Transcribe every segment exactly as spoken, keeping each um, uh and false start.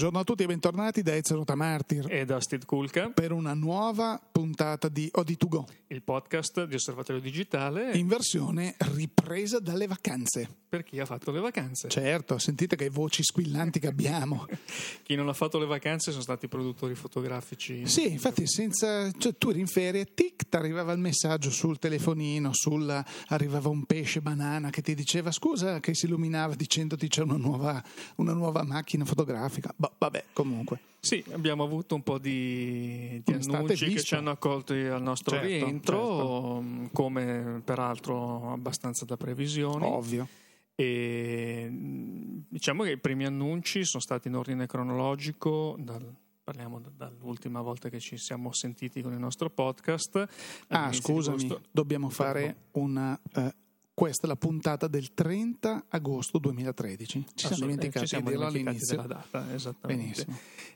Buongiorno a tutti e bentornati da Ezio Rotamartir e da Steve Kulka per una nuova puntata di O D due Go, il podcast di Osservatorio Digitale in versione ripresa dalle vacanze. Per chi ha fatto le vacanze. Certo, sentite che voci squillanti che abbiamo. Chi non ha fatto le vacanze sono stati produttori fotografici. Sì, infatti senza, cioè, tu eri in ferie, tic, ti arrivava il messaggio sul telefonino, sul, arrivava un pesce banana che ti diceva scusa, che si illuminava dicendoti c'è una nuova, una nuova macchina fotografica. Bah, vabbè, comunque. Sì, abbiamo avuto un po' di, di annunci che ci hanno accolti al nostro certo, rientro, certo. Come peraltro abbastanza da previsione. Ovvio. E diciamo che i primi annunci sono stati in ordine cronologico, dal, parliamo dall'ultima volta che ci siamo sentiti con il nostro podcast. Ah, scusami, agosto. dobbiamo fare una... Uh, questa è la puntata del trenta agosto duemilatredici. Ci siamo dimenticati, ci siamo di dimenticati all'inizio della data, esattamente. Benissimo.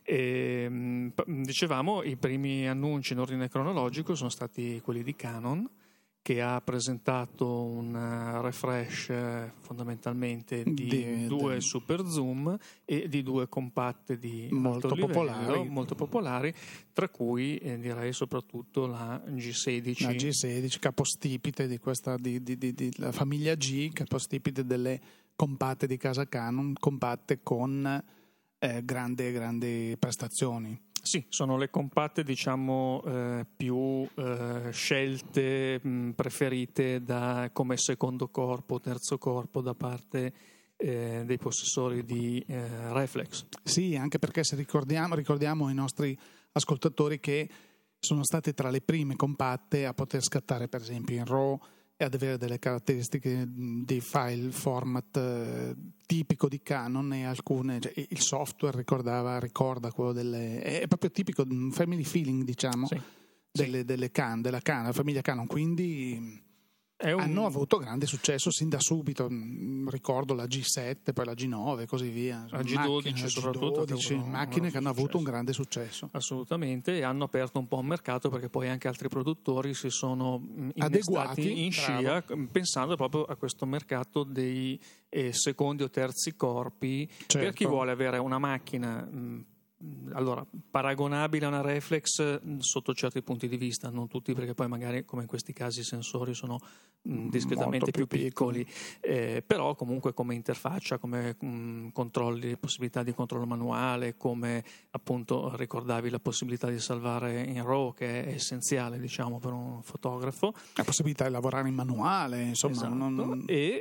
E, dicevamo, i primi annunci in ordine cronologico sono stati quelli di Canon, che ha presentato un refresh fondamentalmente di, di due di... super zoom e di due compatte di molto alto livello, popolari, molto popolari, tra cui eh, direi soprattutto la G sedici. La G sedici, capostipite di questa di, di, di, di la famiglia G, capostipite delle compatte di casa Canon, compatte con eh, grandi grandi prestazioni. Sì, sono le compatte diciamo eh, più eh, scelte, mh, preferite da, come secondo corpo, terzo corpo da parte eh, dei possessori di eh, reflex. Sì, anche perché se ricordiamo, ricordiamo ai nostri ascoltatori che sono state tra le prime compatte a poter scattare per esempio in RAW e ad avere delle caratteristiche di file format eh, tipico di Canon, e alcune, cioè, il software ricordava, ricorda quello delle, è proprio tipico, family feeling diciamo, sì, delle, sì. delle Canon, della Canon, la famiglia Canon, quindi è un... hanno avuto grande successo sin da subito. Ricordo la G sette, poi la G nove e così via, la G dodici macchine, soprattutto, G dodici, macchine che hanno successo. avuto un grande successo, assolutamente, e hanno aperto un po' un mercato perché poi anche altri produttori si sono adeguati in scia, bravo. pensando proprio a questo mercato dei eh, secondi o terzi corpi, certo. Per chi vuole avere una macchina mh, allora paragonabile a una reflex sotto certi punti di vista, non tutti, perché poi magari come in questi casi i sensori sono mh, discretamente più, più piccoli, piccoli. Eh, però comunque come interfaccia, come mh, controlli, possibilità di controllo manuale, come appunto ricordavi la possibilità di salvare in RAW, che è essenziale diciamo per un fotografo, la possibilità di lavorare in manuale, insomma, esatto. non... e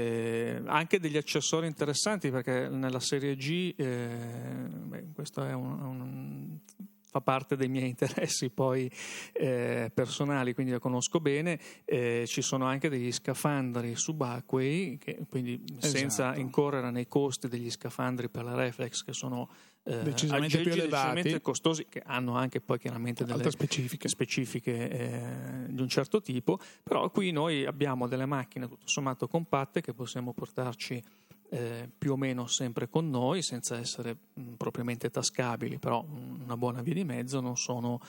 eh, anche degli accessori interessanti, perché nella serie G eh, beh, questo è Un, un, fa parte dei miei interessi poi eh, personali, quindi la conosco bene. Eh, ci sono anche degli scafandri subacquei, che, quindi esatto. senza incorrere nei costi degli scafandri per la reflex, che sono eh, decisamente più elevati, decisamente costosi, che hanno anche poi chiaramente delle altre specifiche, specifiche eh, di un certo tipo. Però qui noi abbiamo delle macchine tutto sommato compatte che possiamo portarci Eh, più o meno sempre con noi, senza essere mh, propriamente tascabili, però mh, una buona via di mezzo. Non sono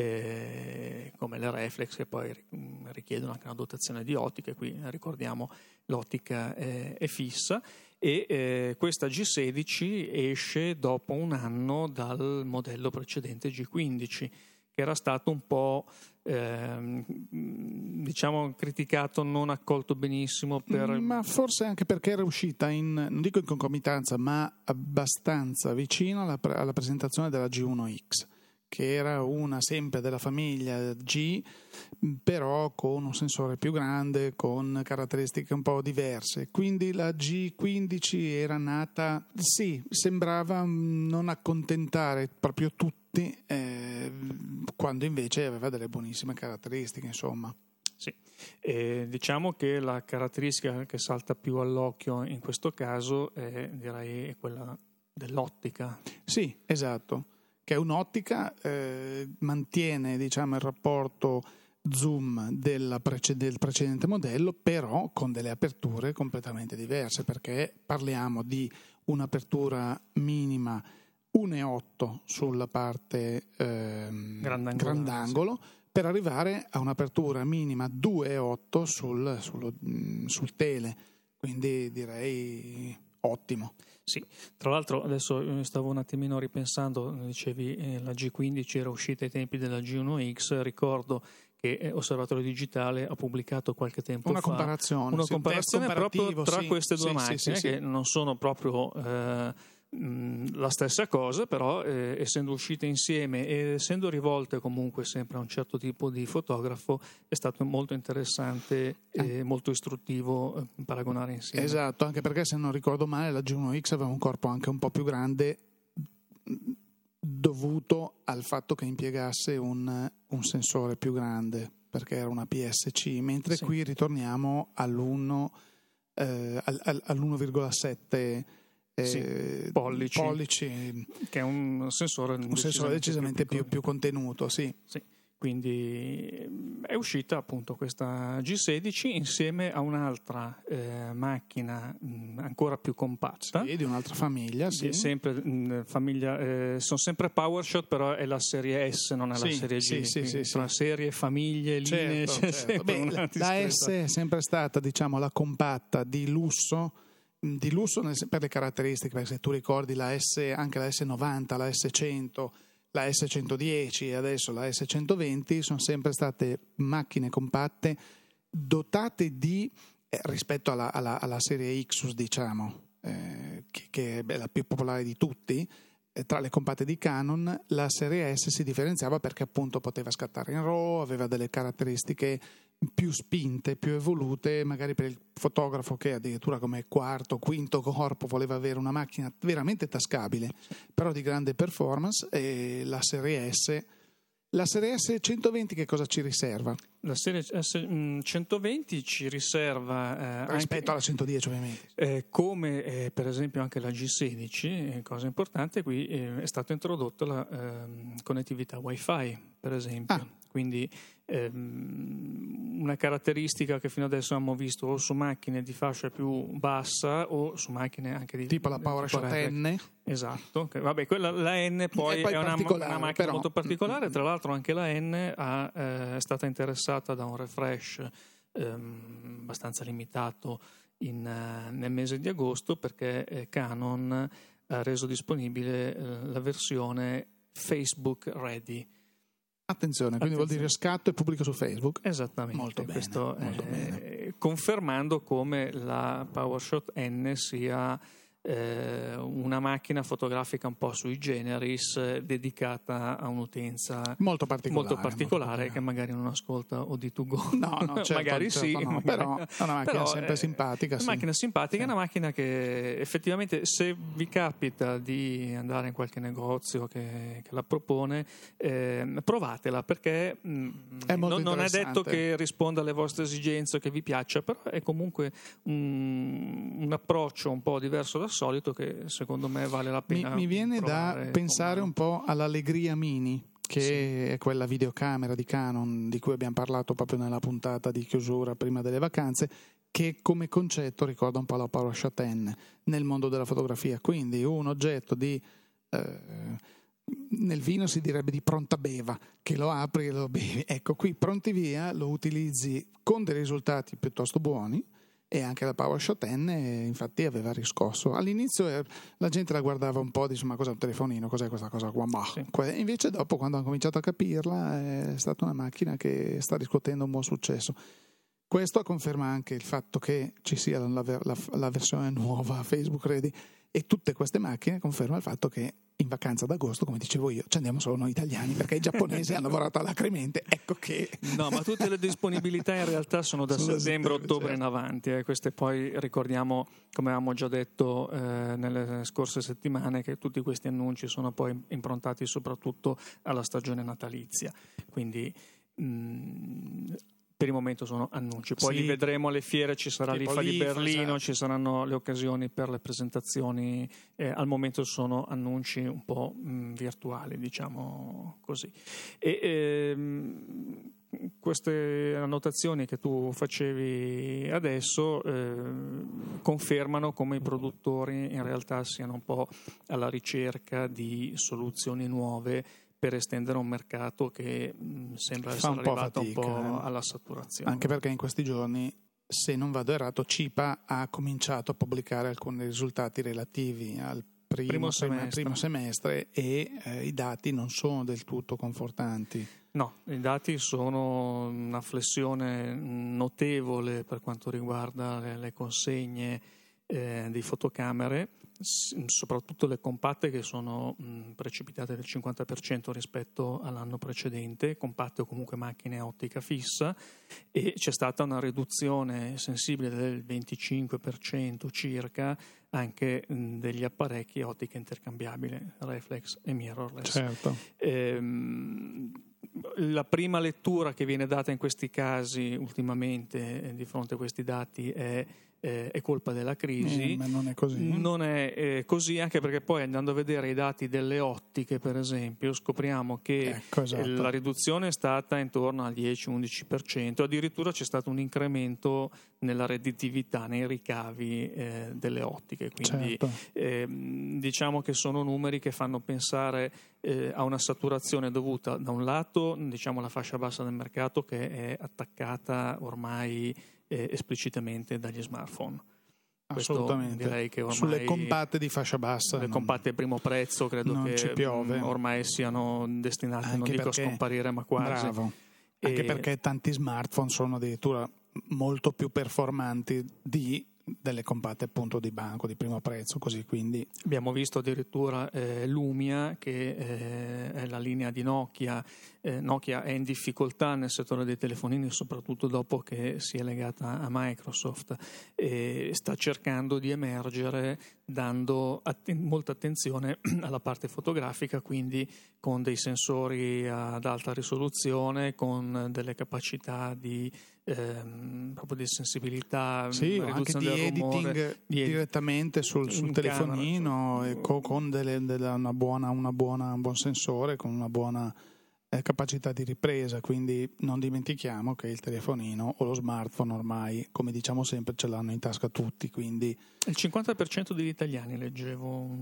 eh, come le reflex, che poi mh, richiedono anche una dotazione di ottiche. Qui ricordiamo l'ottica eh, è fissa, e eh, questa G sedici esce dopo un anno dal modello precedente G quindici, che era stato un po' eh, diciamo criticato, non accolto benissimo per... ma forse anche perché era uscita in, non dico in concomitanza, ma abbastanza vicino alla, alla presentazione della G uno X, che era una sempre della famiglia G, però con un sensore più grande, con caratteristiche un po' diverse. Quindi la G quindici era nata, sì, sembrava non accontentare proprio tutti, eh, quando invece aveva delle buonissime caratteristiche, insomma. Sì, eh, diciamo che la caratteristica che salta più all'occhio in questo caso è, direi, quella dell'ottica. Sì, esatto, che è un'ottica, eh, mantiene diciamo il rapporto zoom della prece- del precedente modello, però con delle aperture completamente diverse, perché parliamo di un'apertura minima uno virgola otto sulla parte ehm, grandangolo, grandangolo, sì, per arrivare a un'apertura minima due virgola otto sul, sullo, sul tele, quindi direi ottimo. Sì, tra l'altro adesso stavo un attimino ripensando, dicevi eh, la G quindici era uscita ai tempi della G uno X, ricordo che Osservatorio Digitale ha pubblicato qualche tempo una fa comparazione, una sì, comparazione proprio tra sì, queste due sì, macchine sì, sì, che sì. non sono proprio eh, mh, la stessa cosa, però eh, essendo uscite insieme e essendo rivolte comunque sempre a un certo tipo di fotografo è stato molto interessante e molto istruttivo eh, paragonare insieme. Esatto, anche perché se non ricordo male la G uno X aveva un corpo anche un po' più grande dovuto al fatto che impiegasse un, un sensore più grande, perché era una P S C, mentre Sì. qui ritorniamo all'uno, eh, al, all'uno virgola sette eh, sì, pollici, pollici, che è un sensore, un sensore decisamente più, più, più contenuto, sì. sì. Quindi è uscita appunto questa G sedici insieme a un'altra eh, macchina mh, ancora più compatta, sì, di un'altra famiglia, sì. sempre, mh, famiglia, eh, sono sempre PowerShot, però è la serie S, non è sì, la serie G. Sì, sì, sì, tra sì. serie, famiglie, linee, certo, c'è certo. sempre Beh, una la S è sempre stata, diciamo, la compatta di lusso. Di lusso per le caratteristiche, perché se tu ricordi la S, anche la S novanta, la S cento, la S centodieci e adesso la S centoventi sono sempre state macchine compatte dotate di, eh, rispetto alla, alla, alla serie Ixus, diciamo, eh, che, che è la più popolare di tutti, eh, tra le compatte di Canon, la serie S si differenziava perché appunto poteva scattare in RAW, aveva delle caratteristiche più spinte, più evolute, magari per il fotografo che addirittura come quarto, quinto corpo voleva avere una macchina veramente tascabile, però di grande performance. E la serie S, la serie S centoventi che cosa ci riserva? La serie S centoventi ci riserva eh, rispetto anche, alla centodieci ovviamente eh, come eh, per esempio anche la G sedici, eh, cosa importante qui eh, è stata introdotta la eh, connettività Wi-Fi per esempio, ah. quindi ehm, una caratteristica che fino adesso abbiamo visto o su macchine di fascia più bassa o su macchine anche di tipo la PowerShot N. Esatto, che, vabbè, quella, la N poi è, poi è una, una macchina però... molto particolare, tra l'altro anche la N ha, eh, è stata interessata da un refresh ehm, abbastanza limitato in, uh, nel mese di agosto perché eh, Canon ha reso disponibile eh, la versione Facebook Ready. Attenzione, quindi Attenzione. vuol dire scatto e pubblico su Facebook. Esattamente, molto bene, questo molto eh, bene. Confermando come la PowerShot N sia eh, una macchina fotografica un po' sui generis eh, dedicata a un'utenza molto particolare, molto particolare molto che magari non ascolta O D to Go. No, no, certo, magari certo, sì, no, magari... però è una macchina però, sempre eh, simpatica. Una sì. macchina simpatica, sì. È una macchina che effettivamente se vi capita di andare in qualche negozio che, che la propone, eh, provatela perché mh, è molto non, non è detto che risponda alle vostre esigenze o che vi piaccia, però è comunque un, un approccio un po' diverso dal solito che secondo me vale la pena. Mi, mi viene da pensare un po' all'Allegria Mini, che sì. è quella videocamera di Canon di cui abbiamo parlato proprio nella puntata di chiusura prima delle vacanze, che come concetto ricorda un po' la PowerShot N nel mondo della fotografia, quindi un oggetto di eh, nel vino si direbbe di pronta beva, che lo apri e lo bevi. Ecco, qui pronti via lo utilizzi con dei risultati piuttosto buoni. E anche la PowerShot N infatti aveva riscosso. All'inizio eh, la gente la guardava un po' e diceva: ma cos'è un telefonino, cos'è questa cosa qua? Ma sì. Invece dopo, quando hanno cominciato a capirla, è stata una macchina che sta riscuotendo un buon successo. Questo conferma anche il fatto che ci sia la, la, la versione nuova Facebook Ready, e tutte queste macchine confermano il fatto che in vacanza d'agosto, come dicevo io, ci andiamo solo noi italiani perché i giapponesi hanno lavorato alacremente. Ecco che no, ma tutte le disponibilità in realtà sono da sono settembre-ottobre certo. in avanti. Eh. Queste poi ricordiamo, come avevamo già detto eh, nelle scorse settimane, che tutti questi annunci sono poi improntati soprattutto alla stagione natalizia. Quindi mh, per il momento sono annunci, poi sì. li vedremo alle fiere, ci sarà l'I F A di Berlino, esatto. ci saranno le occasioni per le presentazioni, eh, al momento sono annunci un po' mh, virtuali, diciamo così. E, ehm, queste annotazioni che tu facevi adesso eh, confermano come i produttori in realtà siano un po' alla ricerca di soluzioni nuove per estendere un mercato che mh, sembra essere un arrivato fatica, un po' eh. alla saturazione. Anche perché in questi giorni se non vado errato, Cipa ha cominciato a pubblicare alcuni risultati relativi al primo, primo, sem- semestre. primo semestre e eh, i dati non sono del tutto confortanti. No, i dati sono una flessione notevole per quanto riguarda le, le consegne eh, di fotocamere, soprattutto le compatte, che sono mh, precipitate del cinquanta per cento rispetto all'anno precedente, compatte o comunque macchine a ottica fissa, e c'è stata una riduzione sensibile del venticinque per cento circa anche mh, degli apparecchi a ottica intercambiabile, reflex e mirrorless. Certo. Ehm, la prima lettura che viene data in questi casi ultimamente eh, di fronte a questi dati è Eh, è colpa della crisi. Eh, ma non è così. Non è eh, così, anche perché poi, andando a vedere i dati delle ottiche, per esempio, scopriamo che ecco, esatto. la riduzione è stata intorno al dieci undici per cento, addirittura c'è stato un incremento nella redditività, nei ricavi eh, delle ottiche, quindi certo. eh, diciamo che sono numeri che fanno pensare eh, a una saturazione dovuta da un lato, diciamo, alla fascia bassa del mercato, che è attaccata ormai Eh, esplicitamente dagli smartphone. Assolutamente. Questo direi che ormai sulle compatte di fascia bassa, le non, compatte primo prezzo credo non che ci piove. ormai siano destinate, Anche non dico perché, a scomparire, ma quasi. Bravo. Anche e... perché tanti smartphone sono addirittura molto più performanti di delle compatte appunto di banco di primo prezzo, così quindi abbiamo visto addirittura eh, Lumia, che eh, è la linea di Nokia. eh, Nokia è in difficoltà nel settore dei telefonini, soprattutto dopo che si è legata a Microsoft, e sta cercando di emergere dando atten- molta attenzione alla parte fotografica, quindi con dei sensori ad alta risoluzione, con delle capacità di ehm, proprio di sensibilità, sì, o anche di editing rumore, di ed- direttamente sul, sul telefonino e con, con delle, delle, una buona, una buona, un buon sensore, con una buona eh, capacità di ripresa, quindi non dimentichiamo che il telefonino o lo smartphone ormai, come diciamo sempre, ce l'hanno in tasca tutti, quindi il cinquanta per cento degli italiani, leggevo un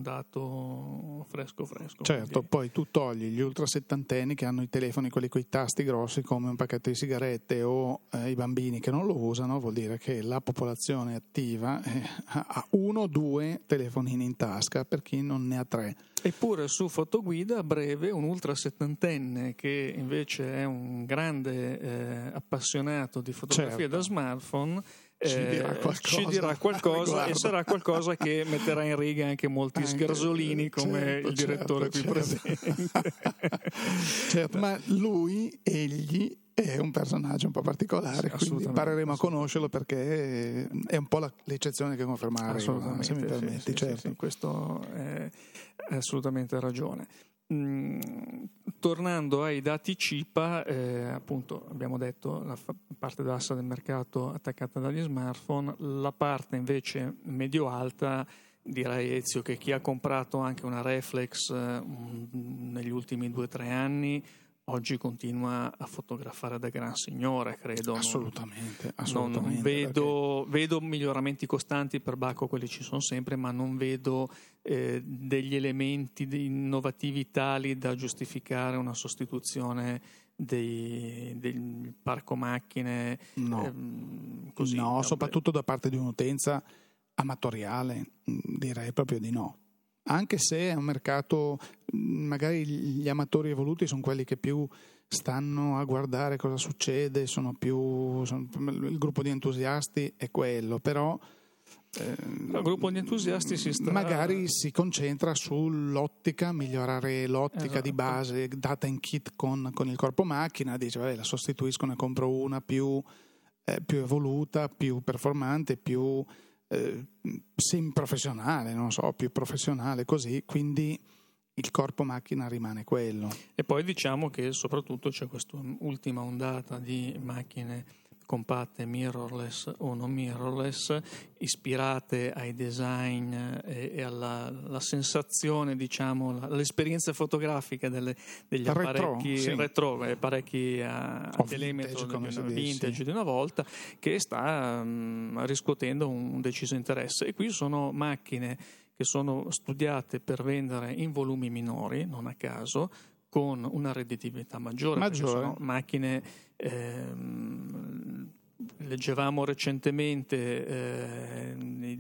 dato fresco fresco. certo, quindi... poi tu togli gli ultra settantenni che hanno i telefoni, quelli con i tasti grossi come un pacchetto di sigarette, o eh, i bambini che non lo usano, vuol dire che la popolazione attiva eh, ha uno o due telefonini in tasca, per chi non ne ha tre. Eppure su Fotoguida a breve un ultra settantenne, che invece è un grande eh, appassionato di fotografia certo. da smartphone, ci eh, dirà qualcosa, ci dirà qualcosa e sarà qualcosa che metterà in riga anche molti anche, sgarzolini come certo, il direttore certo, qui certo. presente. Certo, ma lui, egli, è un personaggio un po' particolare, sì, quindi impareremo a conoscerlo, perché è un po' la, l'eccezione che conferma la regola, se mi permetti. Sì, sì, certo. sì, sì, questo è, è assolutamente ragione. Mm, tornando ai dati Cipa, eh, appunto abbiamo detto la fa- parte bassa del mercato attaccata dagli smartphone, la parte invece medio-alta, direi, Ezio, che chi ha comprato anche una reflex eh, negli ultimi due o tre anni oggi continua a fotografare da gran signore, credo. Assolutamente, non, assolutamente. Non vedo, perché... vedo miglioramenti costanti per Bacco, quelli ci sono sempre, ma non vedo eh, degli elementi di innovativi tali da giustificare una sostituzione dei, del parco macchine. No, ehm, così, no, soprattutto da parte di un'utenza amatoriale, direi proprio di no. Anche se è un mercato, magari gli amatori evoluti sono quelli che più stanno a guardare cosa succede, sono più sono, il gruppo di entusiasti è quello, però eh, il gruppo di entusiasti si sta... magari si concentra sull'ottica, migliorare l'ottica, esatto, di base data in kit con, con il corpo macchina, dice vabbè, la sostituisco, ne compro una più, eh, più evoluta, più performante, più Eh, semi-professionale, non so, più professionale, così, quindi il corpo macchina rimane quello. E poi diciamo che soprattutto c'è quest'ultima ondata di macchine compatte, mirrorless o non mirrorless, ispirate ai design e, e alla, alla sensazione, diciamo, l'esperienza fotografica delle, degli retro, apparecchi sì. retro, apparecchi a, a telemetro vintage, di, vintage sì. di una volta, che sta um, riscuotendo un deciso interesse. E qui sono macchine che sono studiate per vendere in volumi minori, non a caso, con una redditività maggiore, maggiore. Sono macchine ehm, leggevamo recentemente eh, i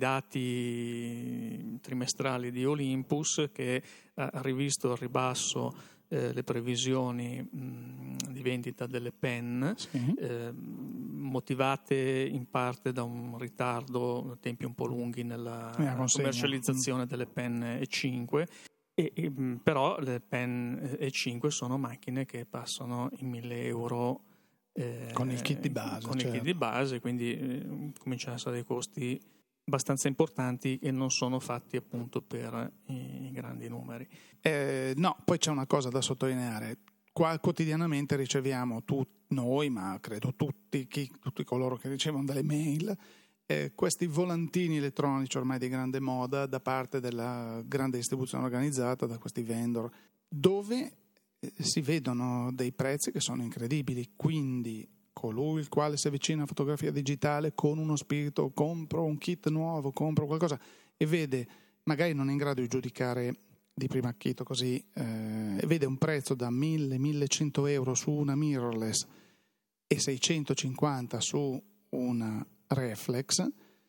dati trimestrali di Olympus, che ha rivisto al ribasso eh, le previsioni mh, di vendita delle pen, sì. eh, motivate in parte da un ritardo, tempi un po' lunghi nella commercializzazione delle pen E cinque. E, e, però le pen E cinque sono macchine che passano i mille euro eh, con il kit di base, con certo. il kit di base, quindi eh, cominciano a essere dei costi abbastanza importanti e non sono fatti appunto per i, i grandi numeri. Eh, no, poi c'è una cosa da sottolineare. Qua quotidianamente riceviamo tu, noi, ma credo tutti, chi, tutti coloro che ricevono delle mail, Eh, questi volantini elettronici ormai di grande moda da parte della grande distribuzione organizzata, da questi vendor, dove eh, si vedono dei prezzi che sono incredibili. Quindi colui il quale si avvicina a fotografia digitale con uno spirito, compro un kit nuovo, compro qualcosa, e vede, magari non è in grado di giudicare di primo acchito così, eh, e vede un prezzo da mille millecento euro su una mirrorless e seicentocinquanta su una reflex,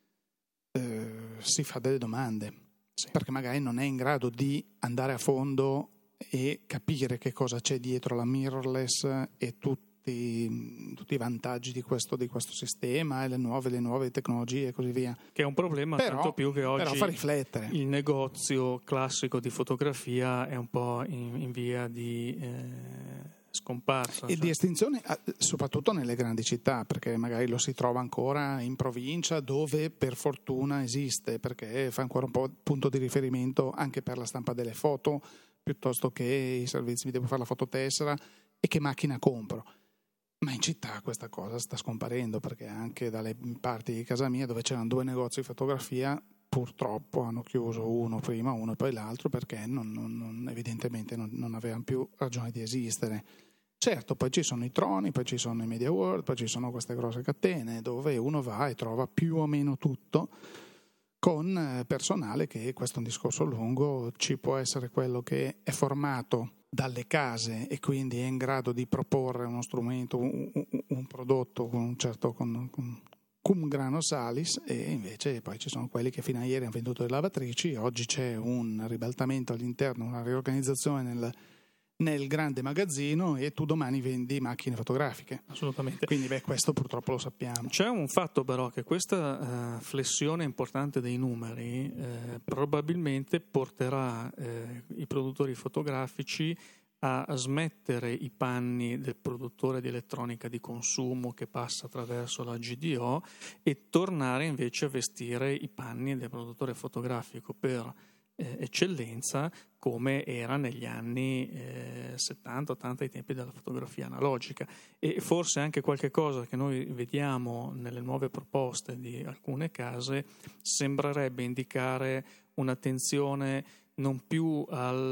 eh, si fa delle domande, sì. Perché magari non è in grado di andare a fondo e capire che cosa c'è dietro la mirrorless e tutti, tutti i vantaggi di questo, di questo sistema e le nuove, le nuove tecnologie e così via. Che è un problema, però, tanto più che oggi però fa riflettere. Il negozio classico di fotografia è un po' in, in via di eh, scomparsa. E cioè. di estinzione, soprattutto nelle grandi città, perché magari lo si trova ancora in provincia, dove per fortuna esiste, perché fa ancora un po' punto di riferimento anche per la stampa delle foto, piuttosto che i servizi, mi devo fare la fototessera e che macchina compro. Ma in città questa cosa sta scomparendo, perché anche dalle parti di casa mia, dove c'erano due negozi di fotografia, purtroppo hanno chiuso uno prima, uno e poi l'altro, perché non, non, non, evidentemente non, non avevano più ragione di esistere. Certo, poi ci sono i Troni, poi ci sono i Media World, poi ci sono queste grosse catene dove uno va e trova più o meno tutto, con personale che, questo è un discorso lungo, ci può essere quello che è formato dalle case e quindi è in grado di proporre uno strumento, un, un, un prodotto con un certo con, con cum grano salis, e invece poi ci sono quelli che fino a ieri hanno venduto le lavatrici. Oggi c'è un ribaltamento all'interno, una riorganizzazione nel nel grande magazzino, e tu domani vendi macchine fotografiche. Assolutamente. Quindi beh, questo purtroppo lo sappiamo. C'è un fatto però, che questa uh, flessione importante dei numeri eh, probabilmente porterà eh, i produttori fotografici a smettere i panni del produttore di elettronica di consumo che passa attraverso la G D O e tornare invece a vestire i panni del produttore fotografico per Eh, eccellenza, come era negli anni eh, settanta ottanta, ai tempi della fotografia analogica. E forse anche qualche cosa che noi vediamo nelle nuove proposte di alcune case sembrerebbe indicare un'attenzione non più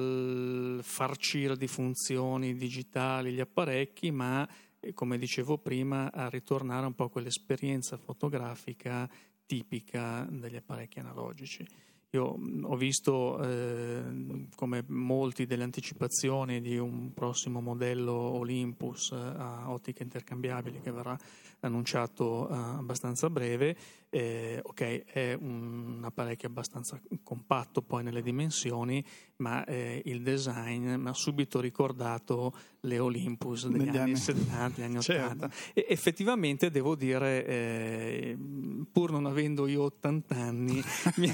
al farcire di funzioni digitali gli apparecchi, ma, come dicevo prima, a ritornare un po' a quell'esperienza fotografica tipica degli apparecchi analogici. Io ho visto eh, come molti delle anticipazioni di un prossimo modello Olympus a ottiche intercambiabili che verrà annunciato eh, abbastanza a breve. Eh, ok, è un apparecchio abbastanza compatto poi nelle dimensioni, ma eh, il design mi ha subito ricordato le Olympus degli anni, anni settanta, degli anni ottanta. Certo. E effettivamente devo dire, eh, pur non avendo io ottanta anni, mi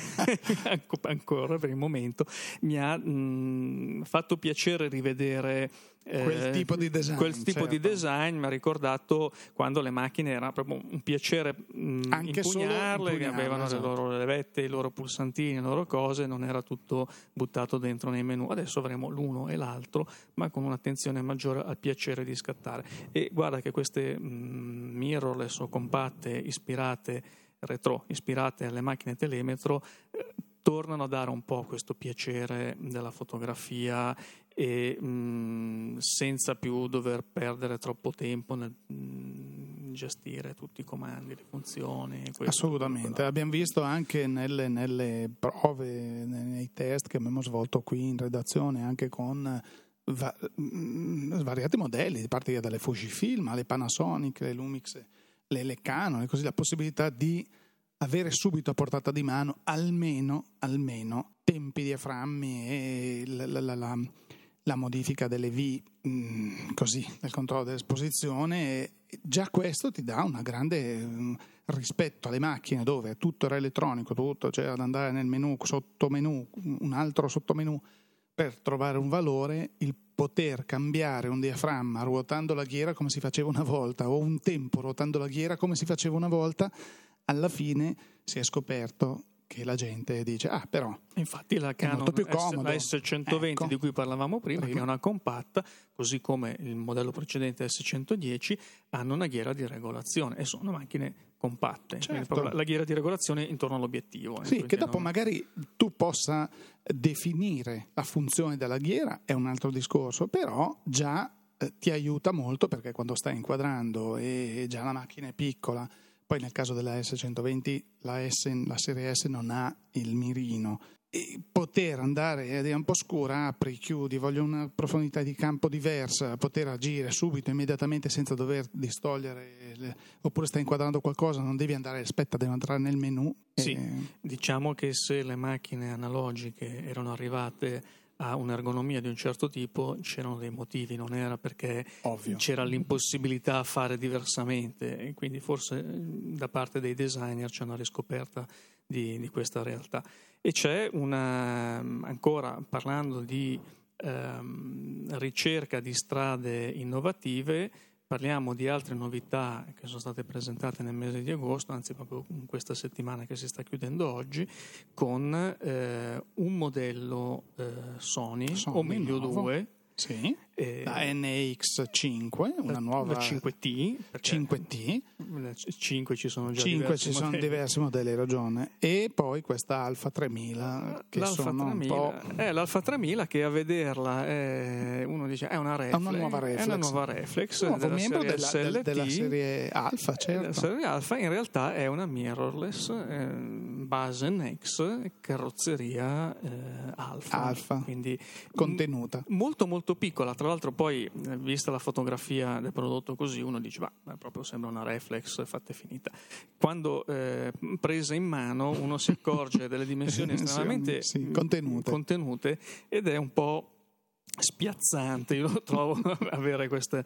ancora per il momento, mi ha mh, fatto piacere rivedere eh, quel tipo di design. Quel tipo certo. di design mi ha ricordato quando le macchine era proprio un piacere mh, anche impugnarle, che avevano esatto. le loro levette, i loro pulsantini, le loro cose, non era tutto buttato dentro nei menu. Adesso avremo l'uno e l'altro, ma con un'attenzione maggiore al piacere di scattare. E guarda che queste mh, mirrorless o compatte ispirate retro, ispirate alle macchine telemetro, eh, tornano a dare un po' questo piacere della fotografia e mh, senza più dover perdere troppo tempo nel mh, gestire tutti i comandi, le funzioni. Assolutamente, abbiamo visto anche nelle, nelle prove, nei test che abbiamo svolto qui in redazione, anche con va, mh, svariati modelli, di partire dalle Fujifilm alle Panasonic, le Lumix le, le canone, così la possibilità di avere subito a portata di mano almeno, almeno tempi diaframmi e la, la, la, la, la modifica delle V, mh, così, del controllo dell'esposizione. E già questo ti dà una grande mh, rispetto alle macchine dove tutto era elettronico, tutto c'era da andare nel menu, sottomenu, un altro sottomenu per trovare un valore. Il poter cambiare un diaframma ruotando la ghiera come si faceva una volta, o un tempo ruotando la ghiera come si faceva una volta, alla fine si è scoperto che la gente dice ah però infatti la Canon molto più comodo. la S centoventi, ecco, di cui parlavamo prima, prima, che è una compatta, così come il modello precedente S centodieci, hanno una ghiera di regolazione e sono macchine compatte, certo. La ghiera di regolazione intorno all'obiettivo, sì, che dopo non... magari tu possa definire la funzione della ghiera è un altro discorso, però già eh, ti aiuta molto, perché quando stai inquadrando e già la macchina è piccola. Poi nel caso della S centoventi la, S, la serie S non ha il mirino. E poter andare ed è un po' scura, apri, chiudi, voglio una profondità di campo diversa, poter agire subito, immediatamente, senza dover distogliere, le, oppure stai inquadrando qualcosa, non devi andare, aspetta, devo entrare nel menu. Sì, e... diciamo che se le macchine analogiche erano arrivate a un'ergonomia di un certo tipo, c'erano dei motivi, non era perché Ovvio. C'era l'impossibilità a fare diversamente, e quindi forse da parte dei designer c'è una riscoperta di, di questa realtà. E c'è una, ancora parlando di ehm, ricerca di strade innovative, parliamo di altre novità che sono state presentate nel mese di agosto, anzi proprio in questa settimana che si sta chiudendo oggi, con eh, un modello eh, Sony, Sony, o meglio nuovo. due, Sì, eh, la N X cinque, una la, nuova la cinque T, cinque T. cinque ci sono già cinque diversi ci sono modelli. diversi modelli, hai ragione. E poi questa Alfa tremila che L'Alfa sono tremila, un po'... è l'Alfa tremila che a vederla è, uno dice è una reflex, È una nuova reflex, è una nuova reflex nuovo della membro serie della, S L T, della serie Alfa, certo. La serie Alfa in realtà è una mirrorless eh, base N X, carrozzeria eh, Alfa, Alfa, quindi contenuta, m- molto molto piccola. Tra l'altro poi eh, vista la fotografia del prodotto così uno dice ma proprio sembra una reflex fatta e finita. Quando eh, presa in mano uno si accorge delle dimensioni estremamente sì, contenute. contenute ed è un po' spiazzante, io lo trovo, avere questa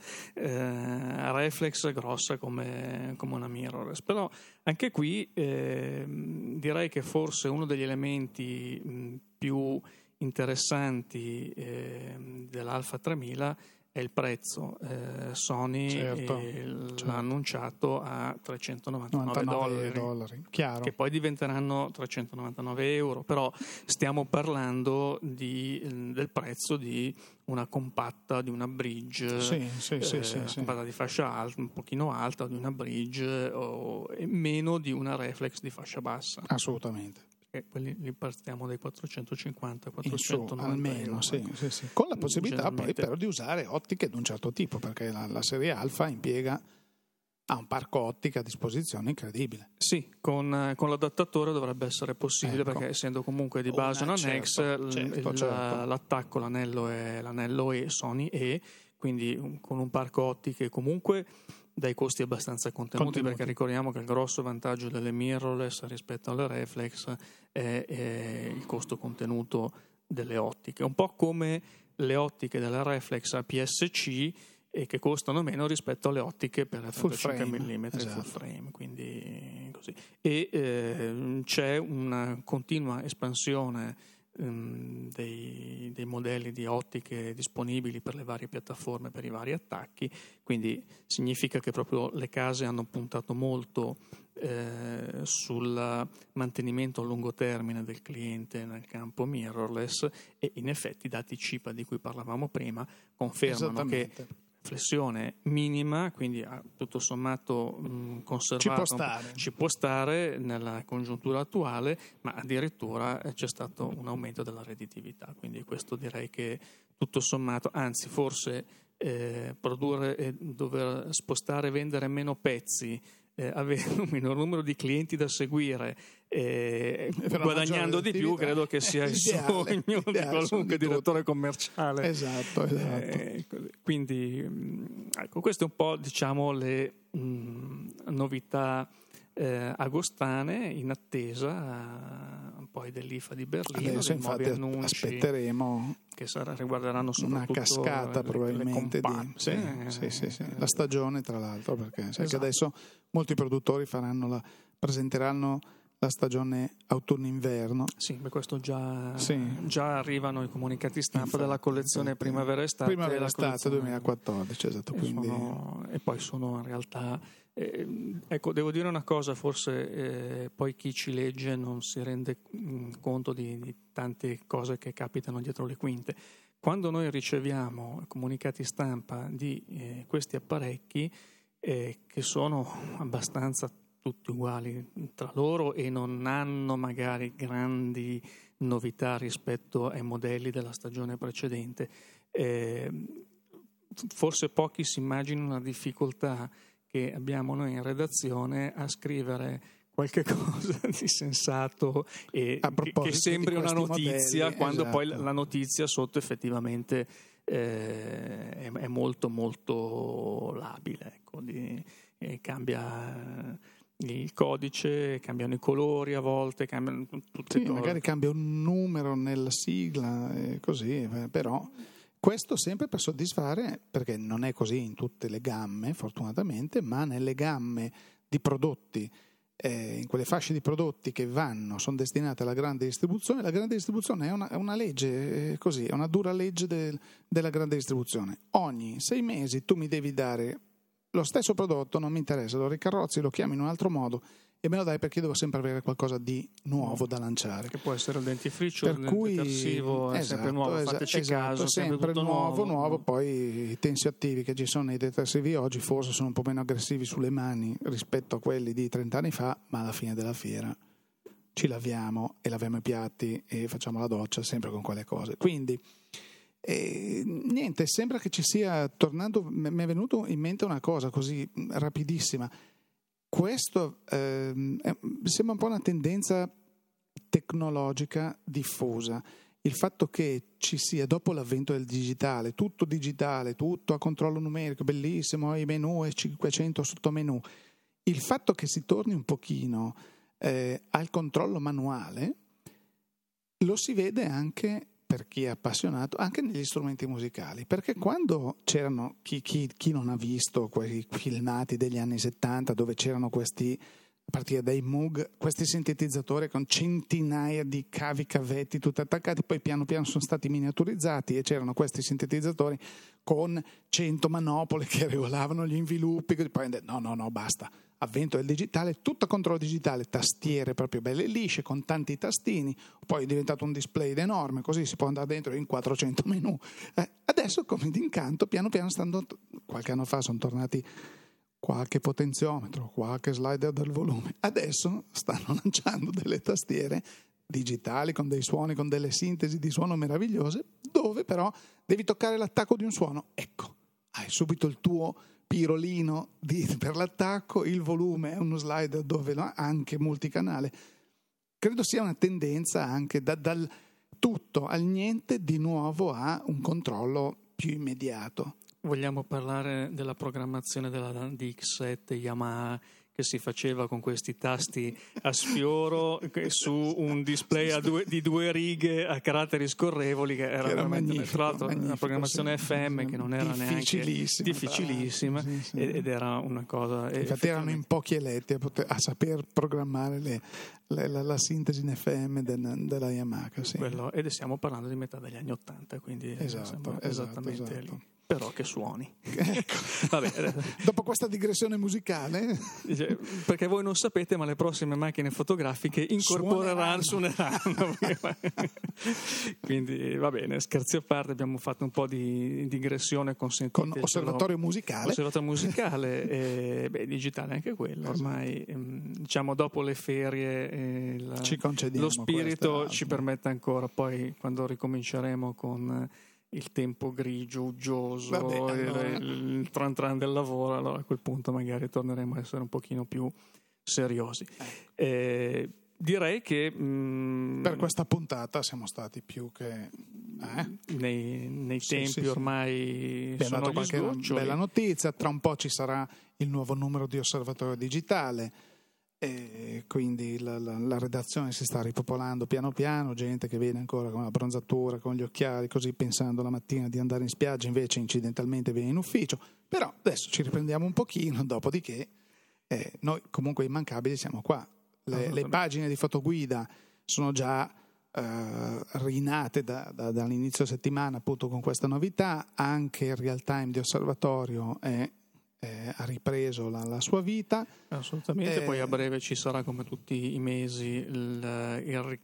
eh, reflex grossa come, come una mirrorless. Però anche qui eh, direi che forse uno degli elementi mh, più interessanti eh, dell'Alfa tremila è il prezzo. eh, Sony certo, eh, certo. l'ha annunciato a trecentonovantanove novantanove dollari, dollari, chiaro. che poi diventeranno trecentonovantanove euro, però stiamo parlando di, del prezzo di una compatta, di una bridge, sì, sì, eh, sì, sì, sì. compatta di fascia alta, un pochino alta, di una bridge, o, e meno di una reflex di fascia bassa. Assolutamente. Perché quelli li partiamo dai quattrocentocinquanta Su, quattrocentonovanta almeno, euro. sì, sì, sì. Con la possibilità poi Generalmente. però di usare ottiche di un certo tipo, perché la, la serie Alfa impiega ha un parco ottica a disposizione incredibile. Sì, con, con l'adattatore dovrebbe essere possibile, ecco. Perché essendo comunque di base una, una N X, certo, l, certo, il, certo. l'attacco, l'anello è l'anello E, Sony E, quindi con un parco ottiche comunque dai costi abbastanza contenuti, contenuti, perché ricordiamo che il grosso vantaggio delle mirrorless rispetto alle reflex è, è il costo contenuto delle ottiche, un po' come le ottiche della reflex A P S C e che costano meno rispetto alle ottiche per trentacinque millimetri esatto. full frame, quindi così. E eh, c'è una continua espansione um, dei, dei modelli di ottiche disponibili per le varie piattaforme, per i vari attacchi, quindi significa che proprio le case hanno puntato molto eh, sul mantenimento a lungo termine del cliente nel campo mirrorless, e in effetti i dati C I P A di cui parlavamo prima confermano che flessione minima, quindi tutto sommato mh, conservato, ci può stare. ci può stare nella congiuntura attuale, ma addirittura c'è stato un aumento della redditività, quindi questo direi che tutto sommato, anzi forse eh, produrre e dover spostare e vendere meno pezzi, eh, avere un minor numero di clienti da seguire, eh, guadagnando di più, credo che sia il sogno di qualunque direttore commerciale. Esatto, esatto. Eh, quindi ecco, queste un po', diciamo, le mh, novità eh, agostane in attesa eh, poi dell'I F A di Berlino. Adesso infatti annunci aspetteremo che sarà, riguarderanno una cascata le, probabilmente le di, sì, eh, sì, sì, sì. La stagione tra l'altro, perché sai esatto. che adesso molti produttori faranno la, presenteranno la stagione autunno-inverno. Sì, beh, questo già, sì. già arrivano i comunicati stampa infatti, della collezione infatti, primavera-estate. Primavera-estate duemilaquattordici, esatto. E, Quindi... sono, e poi sono in realtà... Eh, ecco, devo dire una cosa, forse eh, poi chi ci legge non si rende mh, conto di, di tante cose che capitano dietro le quinte. Quando noi riceviamo comunicati stampa di eh, questi apparecchi, eh, che sono abbastanza tutti uguali tra loro e non hanno magari grandi novità rispetto ai modelli della stagione precedente, eh, forse pochi si immaginano la difficoltà che abbiamo noi in redazione a scrivere qualche cosa di sensato e che, che sembri una notizia modelli, quando esatto. poi la notizia sotto effettivamente eh, è, è molto molto labile, ecco, di, eh, cambia il codice, cambiano i colori a volte, cambiano tutte sì, cose. Magari cambia un numero nella sigla e così, però questo sempre per soddisfare, perché non è così in tutte le gamme fortunatamente, ma nelle gamme di prodotti, eh, in quelle fasce di prodotti che vanno, sono destinate alla grande distribuzione. La grande distribuzione è una, è una legge, è così, è una dura legge del, della grande distribuzione. Ogni sei mesi tu mi devi dare lo stesso prodotto, non mi interessa, lo ricarrozzi, lo chiami in un altro modo e me lo dai perché io devo sempre avere qualcosa di nuovo da lanciare. Che può essere il dentifricio, per il cui, detersivo, è esatto, sempre nuovo, esatto, fateci esatto, caso, sempre, sempre tutto nuovo, nuovo, nuovo. Poi i tensioattivi che ci sono nei detersivi oggi forse sono un po' meno aggressivi sulle mani rispetto a quelli di trent'anni fa, ma alla fine della fiera ci laviamo e laviamo i piatti e facciamo la doccia sempre con quelle cose. Quindi E, niente, sembra che ci sia, tornando, mi è venuto in mente una cosa così rapidissima. Questo ehm, è, sembra un po' una tendenza tecnologica diffusa. Il fatto che ci sia, dopo l'avvento del digitale, tutto digitale, tutto a controllo numerico, bellissimo, i menu e cinquecento sottomenu, il fatto che si torni un pochino eh, al controllo manuale lo si vede anche, per chi è appassionato, anche negli strumenti musicali, perché quando c'erano, chi, chi, chi non ha visto quei filmati degli anni settanta dove c'erano questi, a partire dai Moog, questi sintetizzatori con centinaia di cavi cavetti tutti attaccati, poi piano piano sono stati miniaturizzati e c'erano questi sintetizzatori con cento manopole che regolavano gli inviluppi, poi no no no basta, avvento del digitale, tutto a controllo digitale, tastiere proprio belle lisce con tanti tastini, poi è diventato un display enorme, così si può andare dentro in quattrocento menu. Eh, adesso come d'incanto piano piano stanno, qualche anno fa sono tornati qualche potenziometro, qualche slider del volume, adesso stanno lanciando delle tastiere digitali con dei suoni, con delle sintesi di suono meravigliose, dove però devi toccare l'attacco di un suono, ecco, hai subito il tuo pirolino di, per l'attacco, il volume è uno slider dove no, anche multicanale. Credo sia una tendenza anche da, dal tutto al niente di nuovo a un controllo più immediato. Vogliamo parlare della programmazione della D X sette Yamaha che si faceva con questi tasti a sfioro su un display a due, di due righe a caratteri scorrevoli, che era, che era veramente, magnifico, tra l'altro una programmazione sì, F M sì, che non era difficilissima, neanche difficilissima, sì, sì. ed era una cosa, infatti erano in pochi eletti a, poter, a saper programmare le, le, la, la sintesi in F M del, della Yamaha, sì. Quello, ed stiamo parlando di metà degli anni ottanta, quindi esatto, esatto, esattamente esatto. lì. Però che suoni. Ecco. Vabbè. Dopo questa digressione musicale, dice, perché voi non sapete, ma le prossime macchine fotografiche incorporeranno, suoneranno. Quindi va bene, scherzi a parte, abbiamo fatto un po' di digressione con osservatorio musicale, osservatorio musicale e beh, digitale anche quello. Ormai diciamo dopo le ferie eh, la, ci concediamo lo spirito ci permette ancora, poi quando ricominceremo con il tempo grigio, uggioso, Vabbè, allora... il, il tran tran del lavoro, allora a quel punto magari torneremo a essere un pochino più seriosi. Ecco. Eh, direi che mh, per questa puntata siamo stati più che eh? nei, nei sì, tempi sì, ormai sì. sono qualche bella notizia. Tra un po' ci sarà il nuovo numero di Osservatorio Digitale, e quindi la, la, la redazione si sta ripopolando piano piano, gente che viene ancora con la bronzatura, con gli occhiali, così pensando la mattina di andare in spiaggia, invece incidentalmente viene in ufficio. Però adesso ci riprendiamo un pochino, dopodiché eh, noi comunque immancabili siamo qua. Le, le pagine di fotoguida sono già eh, rinate da, da, dall'inizio settimana, appunto, con questa novità. Anche il real time di Osservatorio è Eh, ha ripreso la, la sua vita. Assolutamente, eh, poi a breve ci sarà, come tutti i mesi, il, il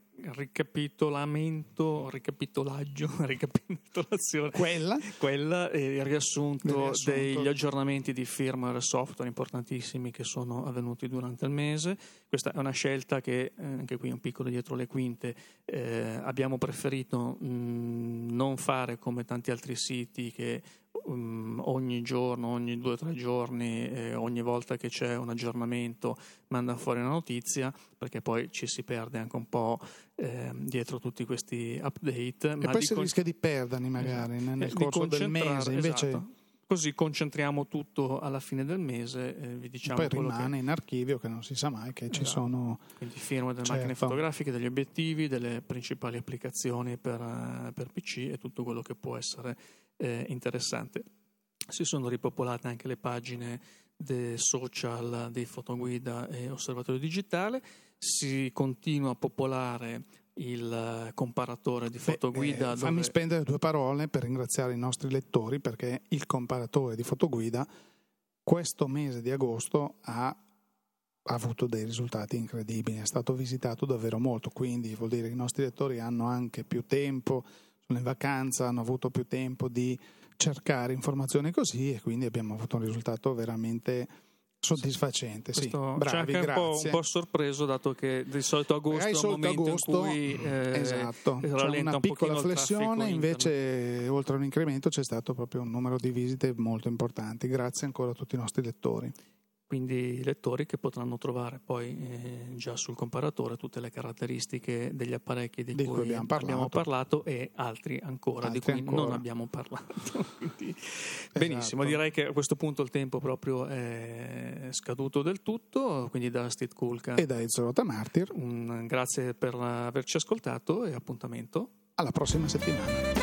ricapitolamento, ricapitolaggio, ricapitolazione, quella, quella e il riassunto, il riassunto degli aggiornamenti di firmware e software importantissimi che sono avvenuti durante il mese. Questa è una scelta che, eh, anche qui un piccolo dietro le quinte, eh, abbiamo preferito mh, non fare come tanti altri siti che um, ogni giorno, ogni due o tre giorni, eh, ogni volta che c'è un aggiornamento manda fuori una notizia, perché poi ci si perde anche un po' eh, dietro tutti questi update. E ma poi di si con... rischia di perderli magari esatto. nel eh, corso del mese, invece esatto. Così concentriamo tutto alla fine del mese, eh, vi diciamo poi quello rimane che... in archivio, che non si sa mai che esatto. ci sono, quindi firme delle certo, macchine fotografiche, degli obiettivi, delle principali applicazioni per, per P C e tutto quello che può essere eh, interessante. Si sono ripopolate anche le pagine dei social dei fotoguida e Osservatorio Digitale, si continua a popolare il comparatore di fotoguida. Beh, eh, fammi dove... spendere due parole per ringraziare i nostri lettori, perché il comparatore di fotoguida questo mese di agosto ha, ha avuto dei risultati incredibili, è stato visitato davvero molto, quindi vuol dire che i nostri lettori hanno anche più tempo, sono in vacanza, hanno avuto più tempo di cercare informazioni così, e quindi abbiamo avuto un risultato veramente soddisfacente. Sì, bravi, c'è anche un po', un po' sorpreso, dato che di solito agosto è un momento agosto, in cui eh, esatto, c'è una un piccola flessione, invece internet. Oltre a un incremento c'è stato proprio un numero di visite molto importanti. Grazie ancora a tutti i nostri lettori. Quindi lettori che potranno trovare poi eh, già sul comparatore tutte le caratteristiche degli apparecchi di, di cui, cui abbiamo, parlato. abbiamo parlato e altri ancora altri di cui ancora. non abbiamo parlato. Quindi, esatto. Benissimo, direi che a questo punto il tempo proprio è scaduto del tutto, quindi da Steve Kulka e da Ezio Rotamartir un grazie per averci ascoltato e appuntamento alla prossima settimana.